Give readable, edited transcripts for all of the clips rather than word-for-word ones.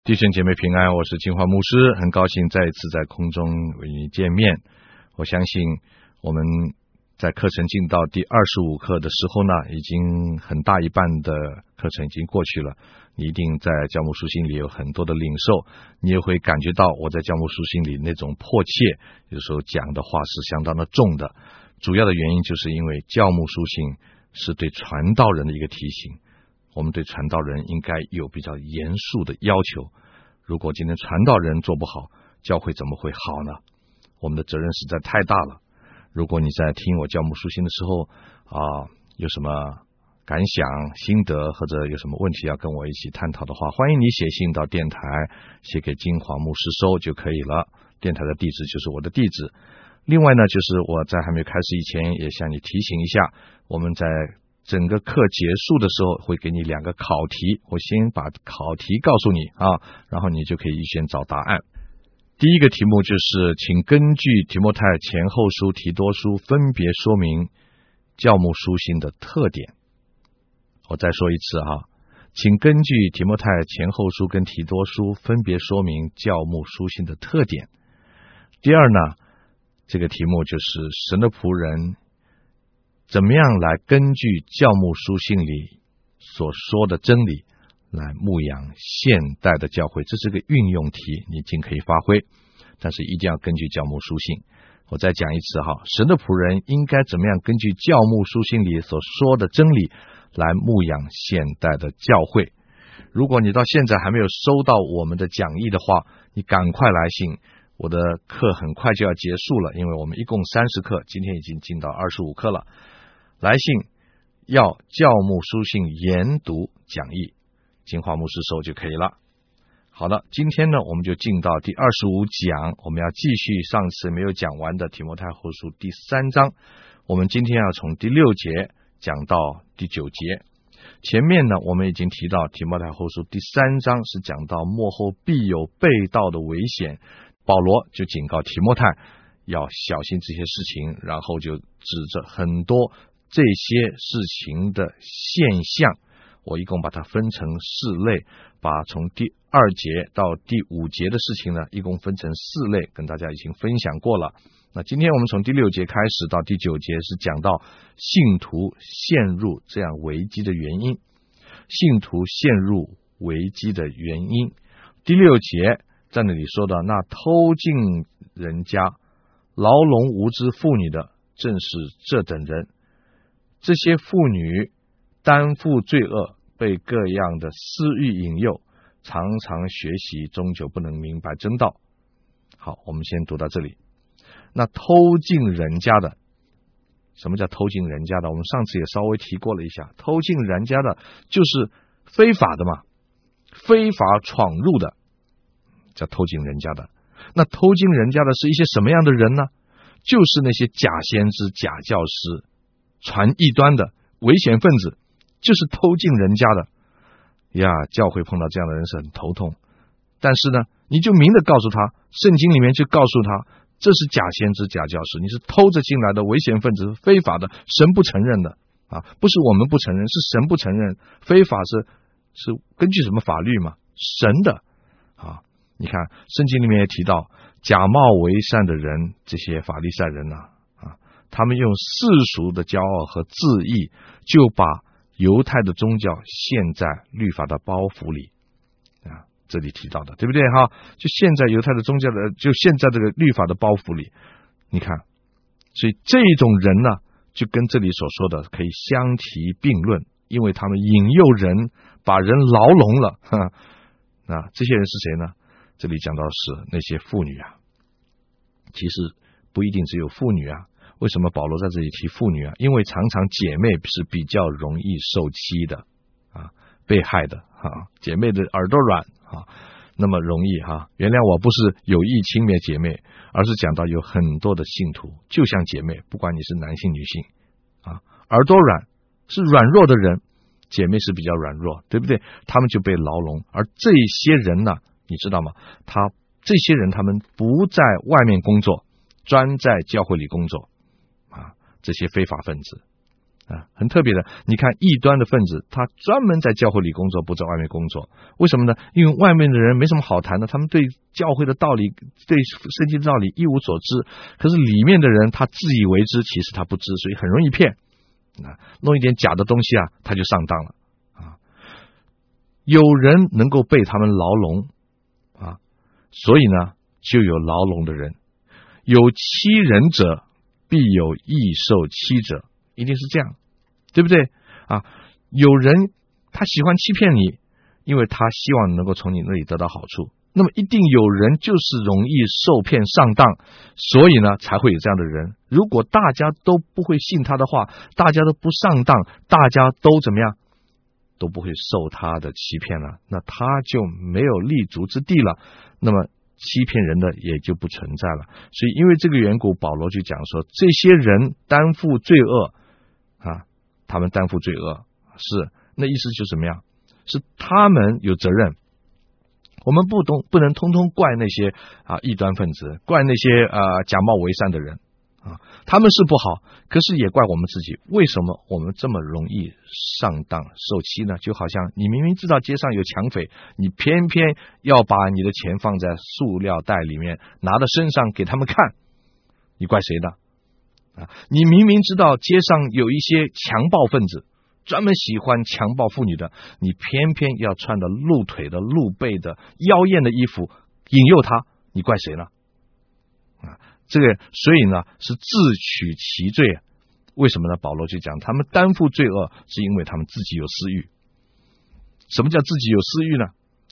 弟兄姐妹平安，我是金华牧师，很高兴再一次在空中与你见面。我相信我们在课程进到第25课的时候呢，已经很大一半的课程已经过去了。你一定在教牧书信里有很多的领受，你也会感觉到我在教牧书信里那种迫切，有时候讲的话是相当的重的。主要的原因就是因为教牧书信是对传道人的一个提醒，我们对传道人应该有比较严肃的要求。如果今天传道人做不好，教会怎么会好呢？我们的责任实在太大了。如果你在听我教牧书信的时候有什么感想、心得，或者有什么问题要跟我一起探讨的话，欢迎你写信到电台，写给金华牧师收就可以了。电台的地址就是我的地址。另外呢，就是我在还没有开始以前，也向你提醒一下，我们在整个课结束的时候会给你2个考题，我先把考题告诉你然后你就可以预先找答案。第一个题目就是，请根据提摩太前后书、提多书分别说明教牧书信的特点。我再说一次请根据提摩太前后书跟提多书分别说明教牧书信的特点。第二呢，这个题目就是神的仆人怎么样来根据教牧书信里所说的真理来牧养现代的教会，这是个运用题，你尽可以发挥，但是一定要根据教牧书信。我再讲一次神的仆人应该怎么样根据教牧书信里所说的真理来牧养现代的教会。如果你到现在还没有收到我们的讲义的话，你赶快来信，我的课很快就要结束了，因为我们一共30课，今天已经进到25课了。来信要教牧书信研读讲义，金华牧师收就可以了。好了，今天呢，我们就进到第25讲，我们要继续上次没有讲完的提摩太后书第3章，我们今天要从第6节讲到第9节。前面呢，我们已经提到提摩太后书第3章是讲到幕后必有背道的危险，保罗就警告提摩太要小心这些事情，然后就指着很多这些事情的现象，我一共把它分成4类，把从第2节到第5节的事情呢，一共分成4类，跟大家已经分享过了。那今天我们从第6节开始到第9节是讲到信徒陷入这样危机的原因，信徒陷入危机的原因。第6节在那里说到，那偷进人家牢笼无知妇女的正是这等人，这些妇女担负罪恶，被各样的私欲引诱，常常学习，终究不能明白真道。好，我们先读到这里。那偷进人家的，什么叫偷进人家的？我们上次也稍微提过了一下，偷进人家的就是非法的嘛，非法闯入的叫偷进人家的。那偷进人家的是一些什么样的人呢？就是那些假先知、假教师、传异端的危险分子，就是偷进人家的呀。教会碰到这样的人是很头痛，但是呢，你就明的告诉他，圣经里面就告诉他，这是假先知、假教师，你是偷着进来的危险分子，非法的，神不承认的不是我们不承认，是神不承认。非法是根据什么法律嘛？神的你看圣经里面也提到，假冒为善的人，这些法利赛人他们用世俗的骄傲和自义，就把犹太的宗教陷在律法的包袱里这里提到的，对不对就陷在犹太的宗教的，就陷在这个律法的包袱里。你看，所以这种人呢，就跟这里所说的可以相提并论，因为他们引诱人，把人牢笼了那这些人是谁呢？这里讲到是那些妇女其实不一定只有妇女为什么保罗在这里提妇女因为常常姐妹是比较容易受欺的被害的姐妹的耳朵软那么容易原谅我不是有意轻蔑姐妹，而是讲到有很多的信徒就像姐妹，不管你是男性女性耳朵软，是软弱的人，姐妹是比较软弱，对不对？他们就被牢笼。而这些人呢，你知道吗？这些人他们不在外面工作，专在教会里工作这些非法分子很特别的。你看异端的分子，他专门在教会里工作，不在外面工作。为什么呢？因为外面的人没什么好谈的，他们对教会的道理、对圣经的道理一无所知。可是里面的人他自以为知，其实他不知，所以很容易骗。弄一点假的东西他就上当了。有人能够被他们牢笼所以呢，就有牢笼的人。有欺人者，必有易受欺者，一定是这样，对不对有人他喜欢欺骗你，因为他希望能够从你那里得到好处。那么一定有人就是容易受骗上当，所以呢才会有这样的人。如果大家都不会信他的话，大家都不上当，大家都怎么样，都不会受他的欺骗了，那他就没有立足之地了，那么欺骗人的也就不存在了。所以因为这个缘故，保罗就讲说，这些人担负罪恶他们担负罪恶，是那意思就是怎么样，是他们有责任。我们不能通通怪那些异端分子，怪那些假冒为善的人他们是不好，可是也怪我们自己。为什么我们这么容易上当受欺呢？就好像你明明知道街上有抢匪，你偏偏要把你的钱放在塑料袋里面，拿到身上给他们看，你怪谁呢？你明明知道街上有一些强暴分子，专门喜欢强暴妇女的，你偏偏要穿的露腿的、露背的、妖艳的衣服引诱他，你怪谁呢？这个所以呢是自取其罪。为什么呢？保罗就讲他们担负罪恶，是因为他们自己有私欲。什么叫自己有私欲呢？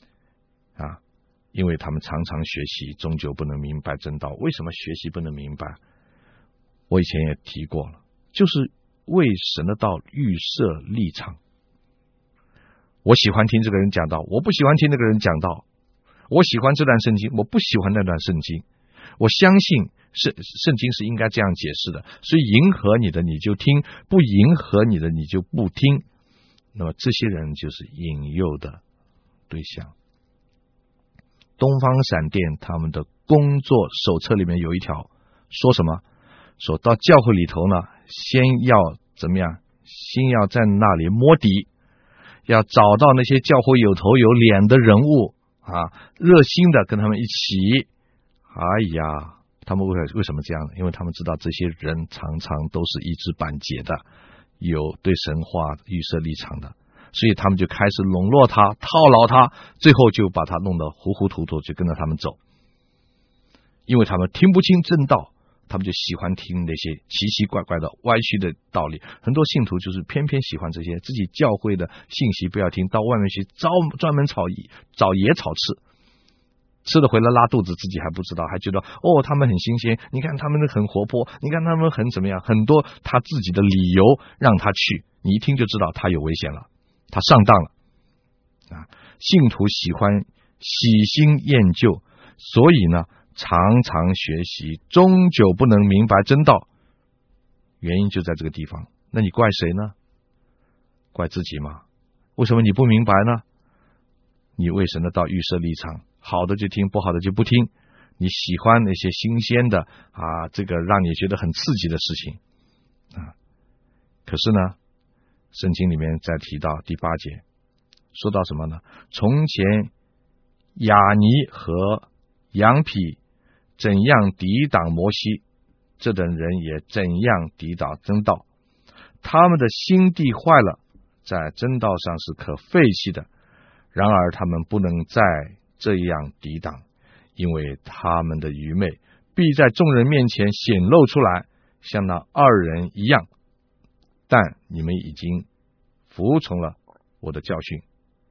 因为他们常常学习，终究不能明白真道。为什么学习不能明白？我以前也提过了，就是为神的道预设立场。我喜欢听这个人讲道，我不喜欢听那个人讲道。我喜欢这段圣经，我不喜欢那段圣经。我相信圣经是应该这样解释的，所以迎合你的你就听，不迎合你的你就不听。那么这些人就是引诱的对象。东方闪电他们的工作手册里面有一条说什么？说到教会里头呢，先要怎么样？先要在那里摸底，要找到那些教会有头有脸的人物热心的跟他们一起。他们为什么这样呢？因为他们知道这些人常常都是一知半解的，有对神话预设立场的，所以他们就开始笼络他，套牢他，最后就把他弄得糊糊涂涂，就跟着他们走。因为他们听不清正道，他们就喜欢听那些奇奇怪怪的歪曲的道理。很多信徒就是偏偏喜欢这些，自己教会的信息不要听，到外面去专门找野草吃了回来拉肚子，自己还不知道，还觉得他们很新鲜，你看他们很活泼，你看他们很怎么样，很多他自己的理由让他去，你一听就知道他有危险了，他上当了信徒喜欢喜新厌旧，所以呢常常学习，终究不能明白真道。原因就在这个地方。那你怪谁呢？怪自己吗？为什么你不明白呢？你为神的道预设立场，好的就听，不好的就不听。你喜欢那些新鲜的这个让你觉得很刺激的事情可是呢，圣经里面再提到第8节，说到什么呢？从前亚尼和羊匹怎样抵挡摩西，这等人也怎样抵挡真道。他们的心地坏了，在真道上是可废弃的，然而他们不能再这样抵挡，因为他们的愚昧必在众人面前显露出来，像那2人一样。但你们已经服从了我的教训，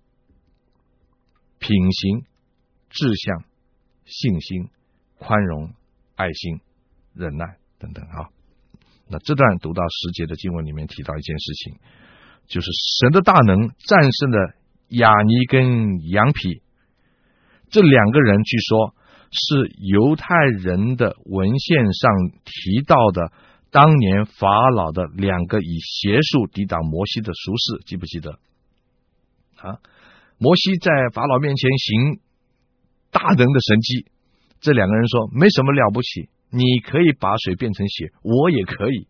品行、志向、信心、宽容、爱心、忍耐等等那这段读到10节的经文里面提到一件事情，就是神的大能战胜了亚尼跟羊匹。这2个人据说是犹太人的文献上提到的当年法老的2个以邪术抵挡摩西的术士，记不记得摩西在法老面前行大能的神迹，这2个人说没什么了不起，你可以把水变成血，我也可以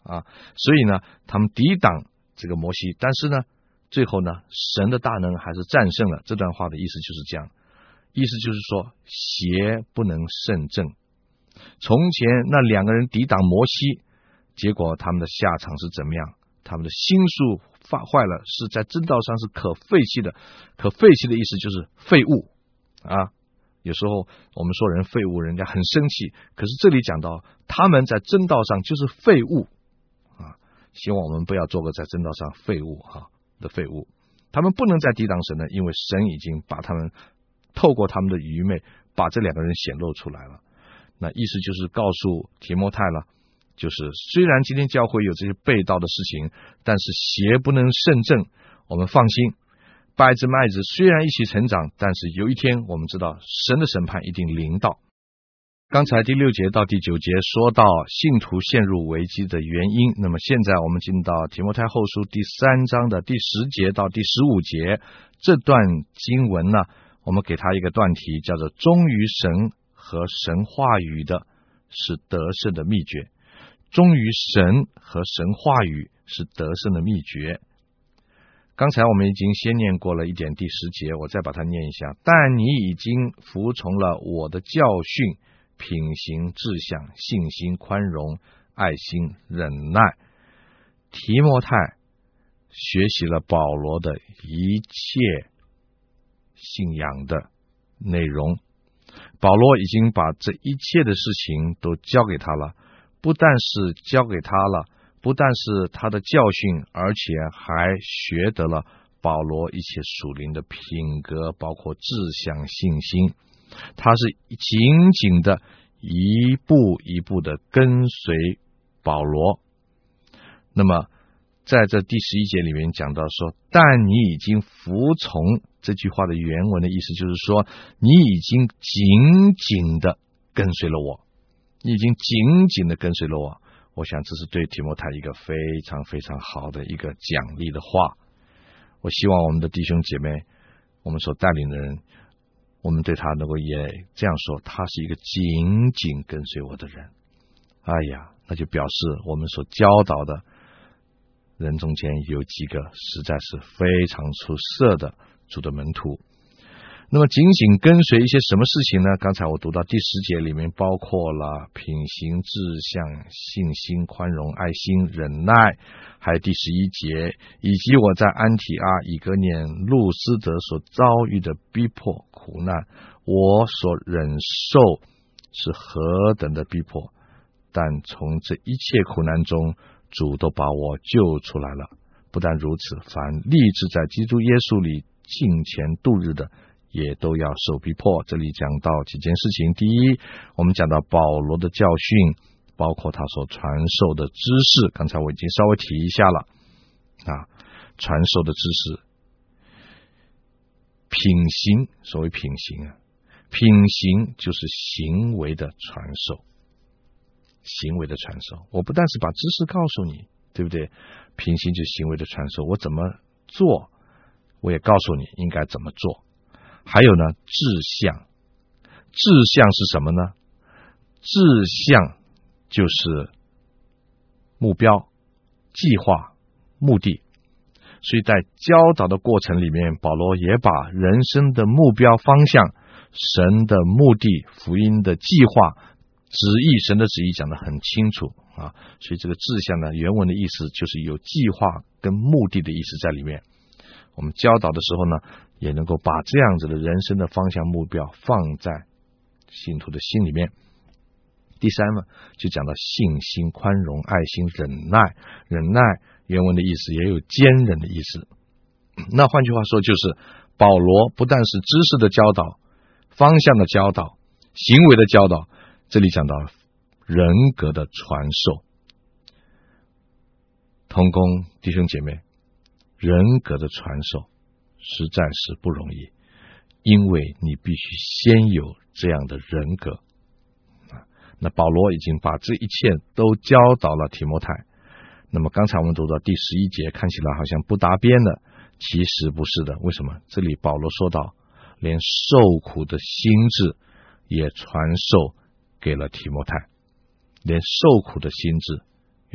啊。所以呢，他们抵挡这个摩西，但是呢，最后呢，神的大能还是战胜了。这段话的意思就是这样，意思就是说，邪不能胜正。从前那2个人抵挡摩西，结果他们的下场是怎么样？他们的心术坏了，是在真道上是可废弃的。可废弃的意思就是废物啊。有时候我们说人废物，人家很生气，可是这里讲到他们在真道上就是废物啊。希望我们不要做个在真道上废物的废物。他们不能再抵挡神了，因为神已经把他们透过他们的愚昧，把这2个人显露出来了。那意思就是告诉提摩太了，就是虽然今天教会有这些背道的事情，但是邪不能胜正。我们放心，稗子麦子虽然一起成长，但是有一天我们知道神的审判一定临到。刚才第6节到第9节说到信徒陷入危机的原因，那么现在我们进到提摩太后书第3章的第10节到第15节，这段经文呢，我们给它一个段题，叫做忠于神和神话语的是得胜的秘诀。忠于神和神话语是得胜的秘诀。刚才我们已经先念过了一点第10节，我再把它念一下。但你已经服从了我的教训，品行、志向、信心、宽容、爱心、忍耐。提摩太学习了保罗的一切信仰的内容，保罗已经把这一切的事情都交给他了，不但是交给他了，不但是他的教训，而且还学得了保罗一切属灵的品格，包括志向、信心。他是紧紧的一步一步的跟随保罗。那么在这第11节里面讲到说，但你已经服从，这句话的原文的意思就是说，你已经紧紧的跟随了我，你已经紧紧的跟随了我。我想这是对提摩太一个非常非常好的一个奖励的话。我希望我们的弟兄姐妹，我们所带领的人，我们对他能够也这样说，他是一个紧紧跟随我的人。哎呀，那就表示我们所教导的人中间有几个实在是非常出色的主的门徒。那么紧紧跟随一些什么事情呢？刚才我读到第10节里面包括了品行、志向、信心、宽容、爱心、忍耐，还有第11节，以及我在安提阿、以哥念、路斯德所遭遇的逼迫苦难，我所忍受是何等的逼迫，但从这一切苦难中，主都把我救出来了。不但如此，凡立志在基督耶稣里敬虔度日的，也都要受逼迫。这里讲到几件事情。第一，我们讲到保罗的教训，包括他所传授的知识，刚才我已经稍微提一下了传授的知识。品行，所谓品行品行就是行为的传授，行为的传授。我不但是把知识告诉你，对不对？品行就是行为的传授，我怎么做，我也告诉你应该怎么做。还有呢，志向。志向是什么呢？志向就是目标、计划、目的。所以在教导的过程里面，保罗也把人生的目标方向、神的目的、福音的计划、旨意、神的旨意讲得很清楚所以这个志向呢，原文的意思就是有计划跟目的的意思在里面。我们教导的时候呢，也能够把这样子的人生的方向目标放在信徒的心里面。第三呢，就讲到信心、宽容、爱心、忍耐。忍耐原文的意思也有坚忍的意思。那换句话说，就是保罗不但是知识的教导、方向的教导、行为的教导，这里讲到人格的传授。同工弟兄姐妹，人格的传授实在是不容易，因为你必须先有这样的人格。那保罗已经把这一切都教导了提摩太。那么刚才我们读到第11节，看起来好像不搭边的，其实不是的。为什么？这里保罗说到，连受苦的心志也传授给了提摩太，连受苦的心志。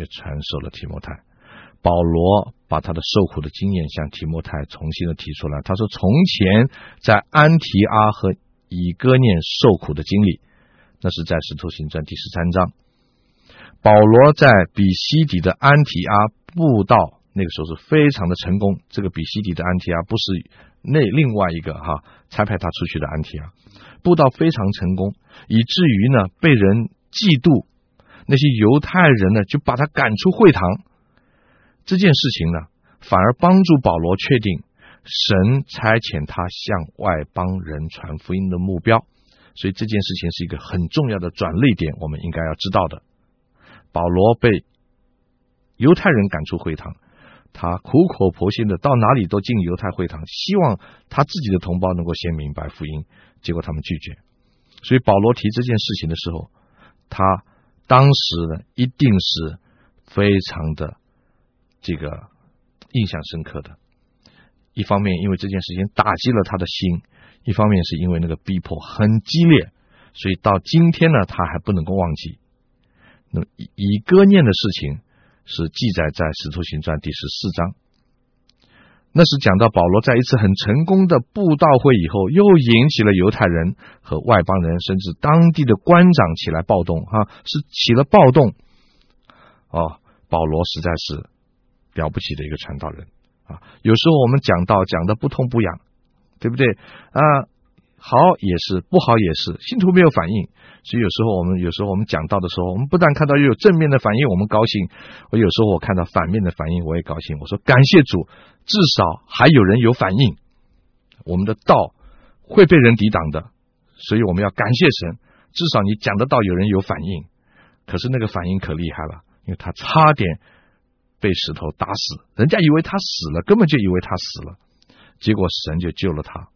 也传授了提摩太。保罗把他的受苦的经验向提摩太重新的提出来，他说从前在安提阿和以哥念受苦的经历，那是在使徒行传第13章。保罗在比西底的安提阿布道，那个时候是非常的成功。这个比西底的安提阿不是另外一个差派他出去的安提阿，布道非常成功，以至于呢被人嫉妒，那些犹太人呢就把他赶出会堂。这件事情呢反而帮助保罗确定神差遣他向外邦人传福音的目标，所以这件事情是一个很重要的转捩点，我们应该要知道的。保罗被犹太人赶出会堂，他苦口婆心的到哪里都进犹太会堂，希望他自己的同胞能够先明白福音，结果他们拒绝。所以保罗提这件事情的时候，他当时呢一定是非常的这个印象深刻的。一方面因为这件事情打击了他的心，一方面是因为那个逼迫很激烈，所以到今天呢他还不能够忘记。那么以哥念的事情是记载在使徒行传第14章，那是讲到保罗在一次很成功的布道会以后，又引起了犹太人和外邦人甚至当地的官长起来暴动是起了暴动。保罗实在是了不起的一个传道人有时候我们讲的不痛不痒，对不对好也是，不好也是，信徒没有反应。所以有时候我们讲到的时候，我们不但看到又有正面的反应我们高兴，有时候我看到反面的反应我也高兴。我说感谢主，至少还有人有反应，我们的道会被人抵挡的，所以我们要感谢神，至少你讲得到有人有反应。可是那个反应可厉害了，因为他差点被石头打死，人家以为他死了，根本就以为他死了，结果神就救了他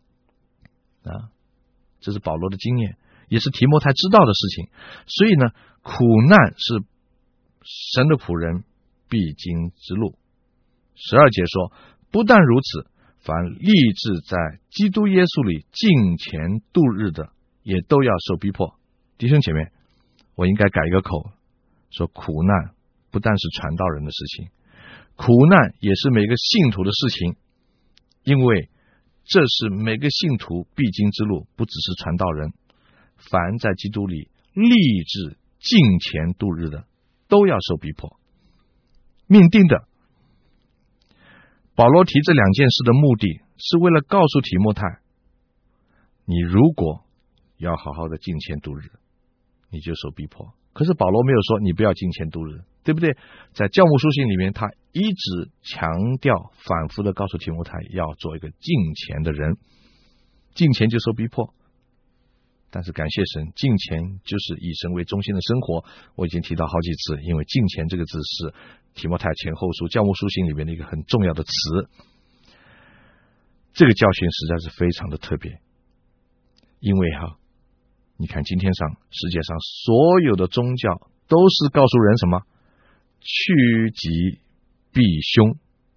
这是保罗的经验，也是提摩太知道的事情。所以呢，苦难是神的仆人必经之路。12节说，不但如此，凡立志在基督耶稣里敬虔度日的，也都要受逼迫。弟兄姐妹，我应该改一个口，说苦难不但是传道人的事情，苦难也是每个信徒的事情，因为这是每个信徒必经之路，不只是传道人，凡在基督里立志敬虔度日的，都要受逼迫，命定的。保罗提这两件事的目的，是为了告诉提摩太，你如果要好好的敬虔度日，你就受逼迫。可是保罗没有说你不要敬虔度日，对不对？在教牧书信里面，他一直强调反复的告诉提摩太要做一个敬虔的人，敬虔就受逼迫。但是感谢神，敬虔就是以神为中心的生活，我已经提到好几次，因为敬虔这个字是提摩太前后书教牧书信里面的一个很重要的词。这个教训实在是非常的特别，因为你看今天世界上所有的宗教都是告诉人什么？趋吉避凶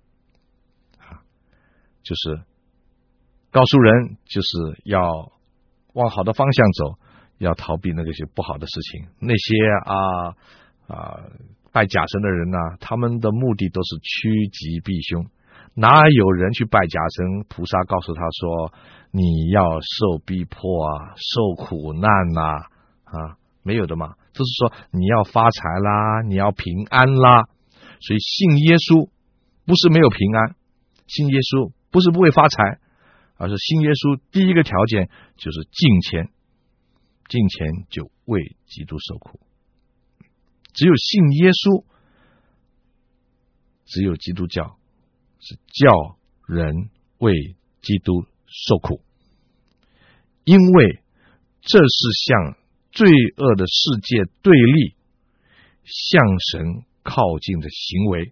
就是告诉人就是要往好的方向走，要逃避那些不好的事情。那些拜假神的人他们的目的都是趋吉避凶。哪有人去拜假神？菩萨告诉他说你要受逼迫受苦难没有的嘛，就是说你要发财啦，你要平安啦。所以信耶稣不是没有平安，信耶稣不是不会发财，而是信耶稣第一个条件就是敬虔，敬虔就为基督受苦。只有信耶稣，只有基督教是叫人为基督受苦，因为这是向罪恶的世界对立，向神靠近的行为。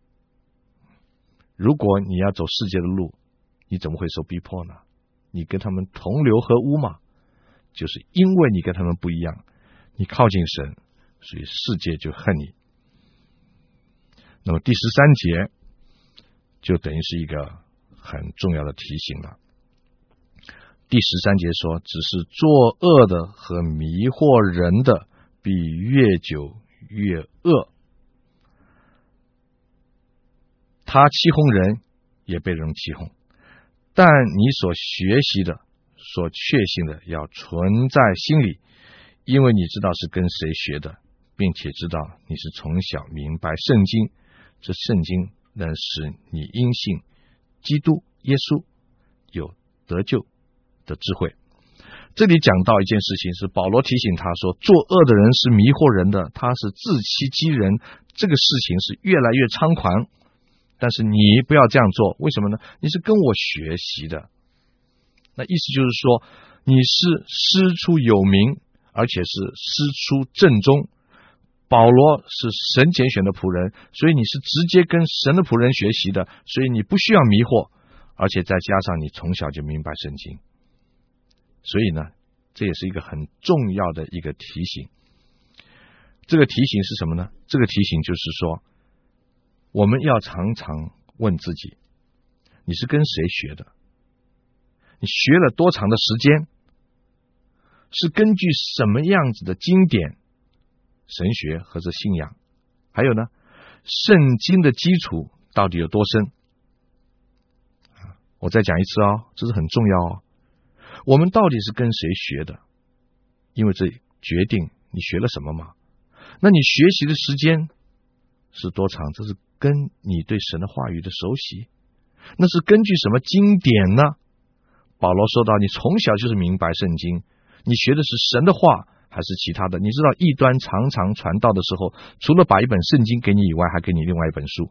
如果你要走世界的路，你怎么会受逼迫呢？你跟他们同流合污嘛，就是因为你跟他们不一样，你靠近神，所以世界就恨你。那么第13节就等于是一个很重要的提醒了。第13节说，只是作恶的和迷惑人的必越久越恶。 他欺哄人，也被人欺哄。但你所学习的、所确信的，要存在心里，因为你知道是跟谁学的，并且知道你是从小明白圣经。这圣经能使你因信基督耶稣有得救的智慧。这里讲到一件事情，是保罗提醒他说，作恶的人是迷惑人的，他是自欺欺人，这个事情是越来越猖狂。但是你不要这样做，为什么呢？你是跟我学习的。那意思就是说，你是师出有名，而且是师出正宗。保罗是神拣选的仆人，所以你是直接跟神的仆人学习的，所以你不需要迷惑，而且再加上你从小就明白圣经。所以呢，这也是一个很重要的一个提醒。这个提醒是什么呢？这个提醒就是说，我们要常常问自己，你是跟谁学的？你学了多长的时间？是根据什么样子的经典、神学和这信仰？还有呢，圣经的基础到底有多深？我再讲一次哦，这是很重要哦。我们到底是跟谁学的？因为这决定你学了什么嘛。那你学习的时间是多长？这是跟你对神的话语的熟悉。那是根据什么经典呢？保罗说到，你从小就是明白圣经，你学的是神的话还是其他的？你知道异端常常传道的时候，除了把一本圣经给你以外，还给你另外一本书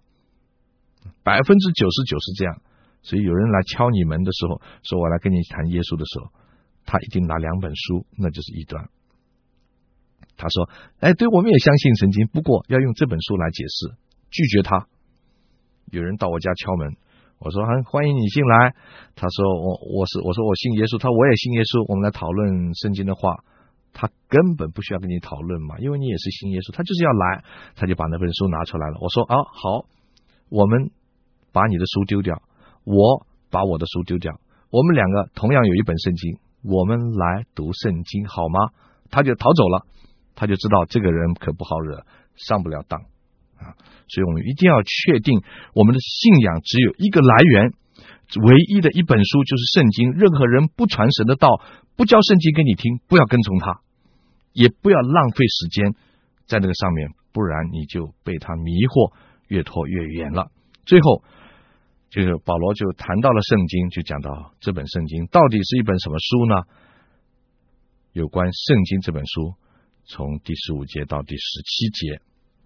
，99%是这样。所以有人来敲你门的时候，说我来跟你谈耶稣的时候，他一定拿2本书，那就是异端。他说，对，我们也相信圣经，不过要用这本书来解释，拒绝他。有人到我家敲门，我说欢迎你进来。他说我说我信耶稣，他说我也信耶稣，我们来讨论圣经的话。他根本不需要跟你讨论嘛，因为你也是信耶稣，他就是要来，他就把那本书拿出来了。我说好，我们把你的书丢掉，我把我的书丢掉，我们两个同样有一本圣经，我们来读圣经好吗？他就逃走了，他就知道这个人可不好惹，上不了当啊。所以我们一定要确定，我们的信仰只有一个来源，唯一的一本书就是圣经。任何人不传神的道，不教圣经给你听，不要跟从他，也不要浪费时间在那个上面，不然你就被他迷惑，越拖越远了。最后就是保罗就谈到了圣经，就讲到这本圣经到底是一本什么书呢？有关圣经这本书，从第15节到第17节，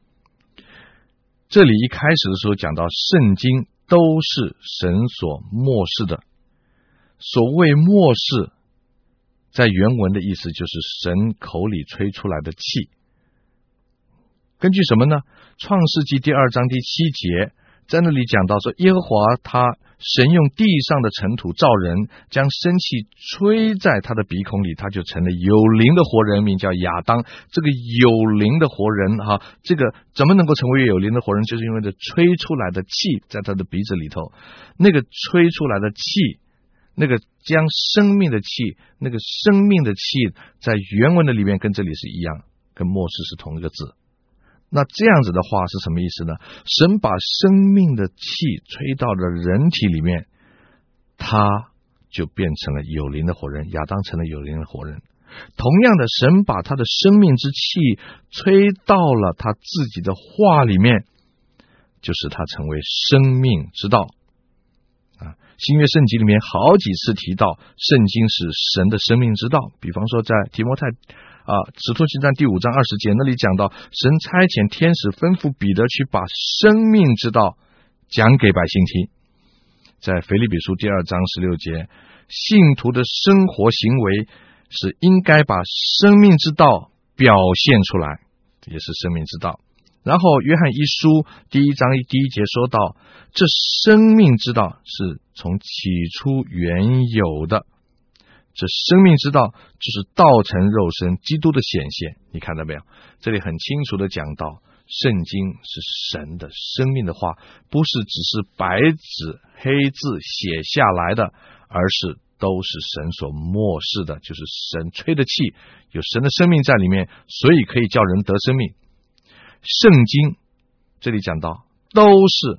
这里一开始的时候讲到圣经都是神所默示的。所谓默示，在原文的意思就是神口里吹出来的气。根据什么呢？创世纪第2章第7节，在那里讲到说，耶和华神用地上的尘土造人，将生气吹在他的鼻孔里，他就成了有灵的活人，名叫亚当。这个有灵的活人这个怎么能够成为有灵的活人？就是因为这吹出来的气在他的鼻子里头，那个吹出来的气，那个将生命的气，那个生命的气在原文的里面跟这里是一样，跟默示是同一个字。那这样子的话是什么意思呢？神把生命的气吹到了人体里面，他就变成了有灵的活人，亚当成了有灵的活人。同样的，神把他的生命之气吹到了他自己的话里面，就使他成为生命之道。新约圣经里面好几次提到圣经是神的生命之道，比方说在提摩太使徒行传第5章20节，那里讲到神差遣天使吩咐彼得去把生命之道讲给百姓听。在腓立比书第2章16节，信徒的生活行为是应该把生命之道表现出来，也是生命之道。然后约翰一书第1章第1节说到，这生命之道是从起初原有的，这生命之道就是道成肉身，基督的显现。你看到没有？这里很清楚的讲到，圣经是神的生命的话，不是只是白纸黑字写下来的，而是都是神所默示的，就是神吹的气，有神的生命在里面，所以可以叫人得生命。圣经这里讲到，都是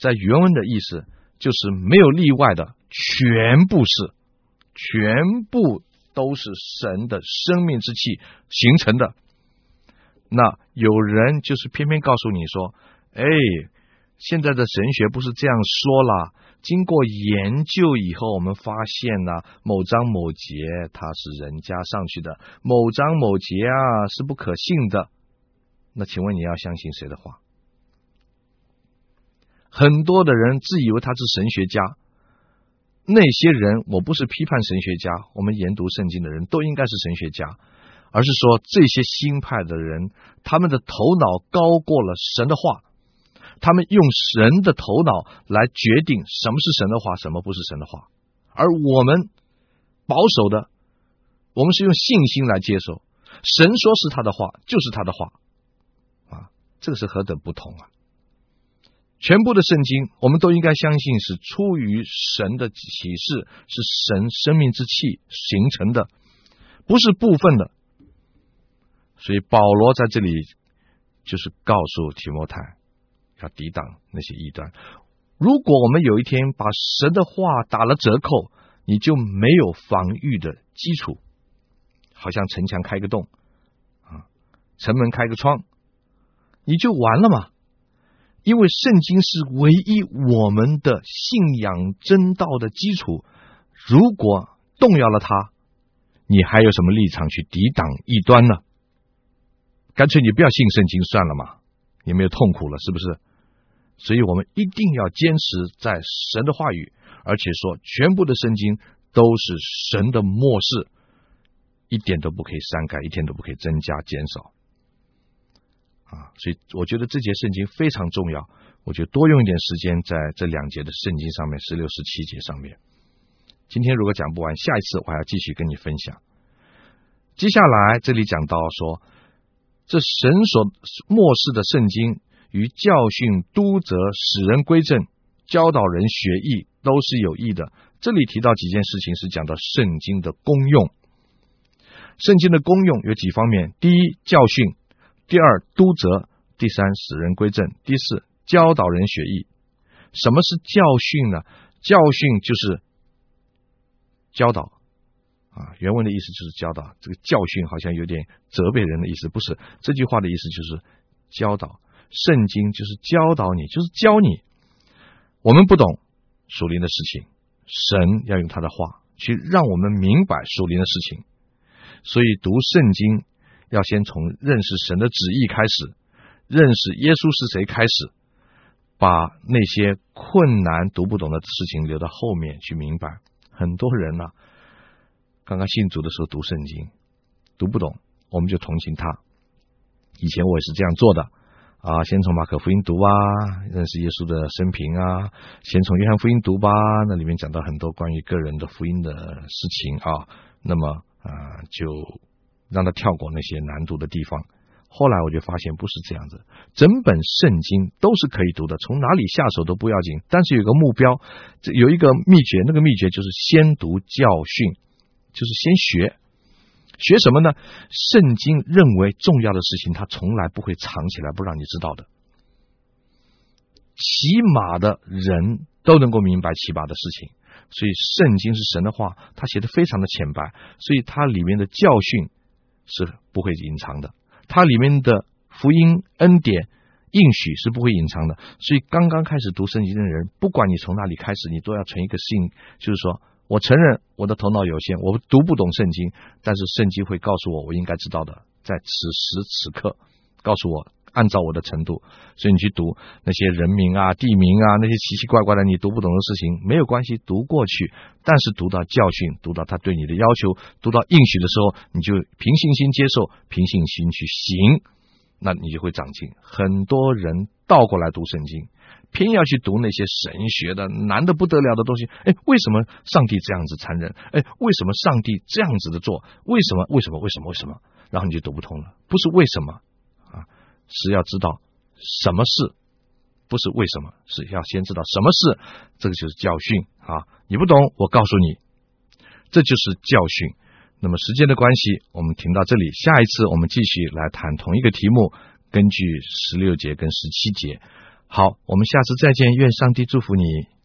在原文的意思就是没有例外的，全部都是神的生命之气形成的。那有人就是偏偏告诉你说，现在的神学不是这样说啦，经过研究以后，我们发现某章某节它是人加上去的，某章某节是不可信的。那请问你要相信谁的话？很多的人自以为他是神学家，那些人，我不是批判神学家，我们研读圣经的人都应该是神学家，而是说这些新派的人，他们的头脑高过了神的话，他们用神的头脑来决定什么是神的话，什么不是神的话。而我们保守的，我们是用信心来接受，神说是他的话就是他的话这个是何等不同啊！全部的圣经我们都应该相信是出于神的启示，是神生命之气形成的，不是部分的。所以保罗在这里就是告诉提摩太要抵挡那些异端。如果我们有一天把神的话打了折扣，你就没有防御的基础，好像城墙开个洞城门开个窗，你就完了嘛。因为圣经是唯一我们的信仰真道的基础，如果动摇了它，你还有什么立场去抵挡异端呢？干脆你不要信圣经算了嘛，你没有痛苦了，是不是？所以我们一定要坚持在神的话语，而且说全部的圣经都是神的默示，一点都不可以删改，一点都不可以增加减少所以我觉得这节圣经非常重要，我觉得多用一点时间在这2节的圣经上面，16、17节上面。今天如果讲不完，下一次我还要继续跟你分享。接下来这里讲到说，这神所默示的圣经与教训、督责、使人归正、教导人学义都是有益的。这里提到几件事情，是讲到圣经的功用。圣经的功用有几方面：第一，教训；第二，督责；第三，使人归正；第四，教导人学义。什么是教训呢？教训就是教导原文的意思就是教导。这个教训好像有点责备人的意思，不是，这句话的意思就是教导。圣经就是教导你，就是教你。我们不懂属灵的事情，神要用他的话去让我们明白属灵的事情。所以读圣经要先从认识神的旨意开始，认识耶稣是谁开始，把那些困难读不懂的事情留到后面去明白。很多人刚刚信主的时候读圣经读不懂，我们就同情他。以前我也是这样做的先从马可福音读认识耶稣的生平先从约翰福音读吧，那里面讲到很多关于个人的福音的事情那么就让他跳过那些难读的地方。后来我就发现不是这样子，整本圣经都是可以读的，从哪里下手都不要紧，但是有个目标，有一个秘诀，那个秘诀就是先读教训，就是先学。学什么呢？圣经认为重要的事情，它从来不会藏起来不让你知道的。起码的人都能够明白起码的事情，所以圣经是神的话，它写得非常的浅白，所以它里面的教训是不会隐藏的，它里面的福音恩典应许是不会隐藏的。所以刚刚开始读圣经的人，不管你从哪里开始，你都要存一个心，就是说我承认我的头脑有限，我读不懂圣经，但是圣经会告诉我应该知道的，在此时此刻告诉我，按照我的程度。所以你去读那些人名地名那些奇奇怪怪的你读不懂的事情没有关系，读过去，但是读到教训，读到他对你的要求，读到应许的时候，你就凭信心接受，凭信心去行，那你就会长进。很多人倒过来读圣经，偏要去读那些神学的难得不得了的东西。为什么上帝这样子残忍？为什么上帝这样子的做？为什么？然后你就读不通了。不是为什么是要知道什么事，不是为什么，是要先知道什么事。这个就是教训你不懂，我告诉你，这就是教训。那么时间的关系，我们停到这里，下一次我们继续来谈同一个题目，根据16节跟17节。 好，我们下次再见，愿上帝祝福你。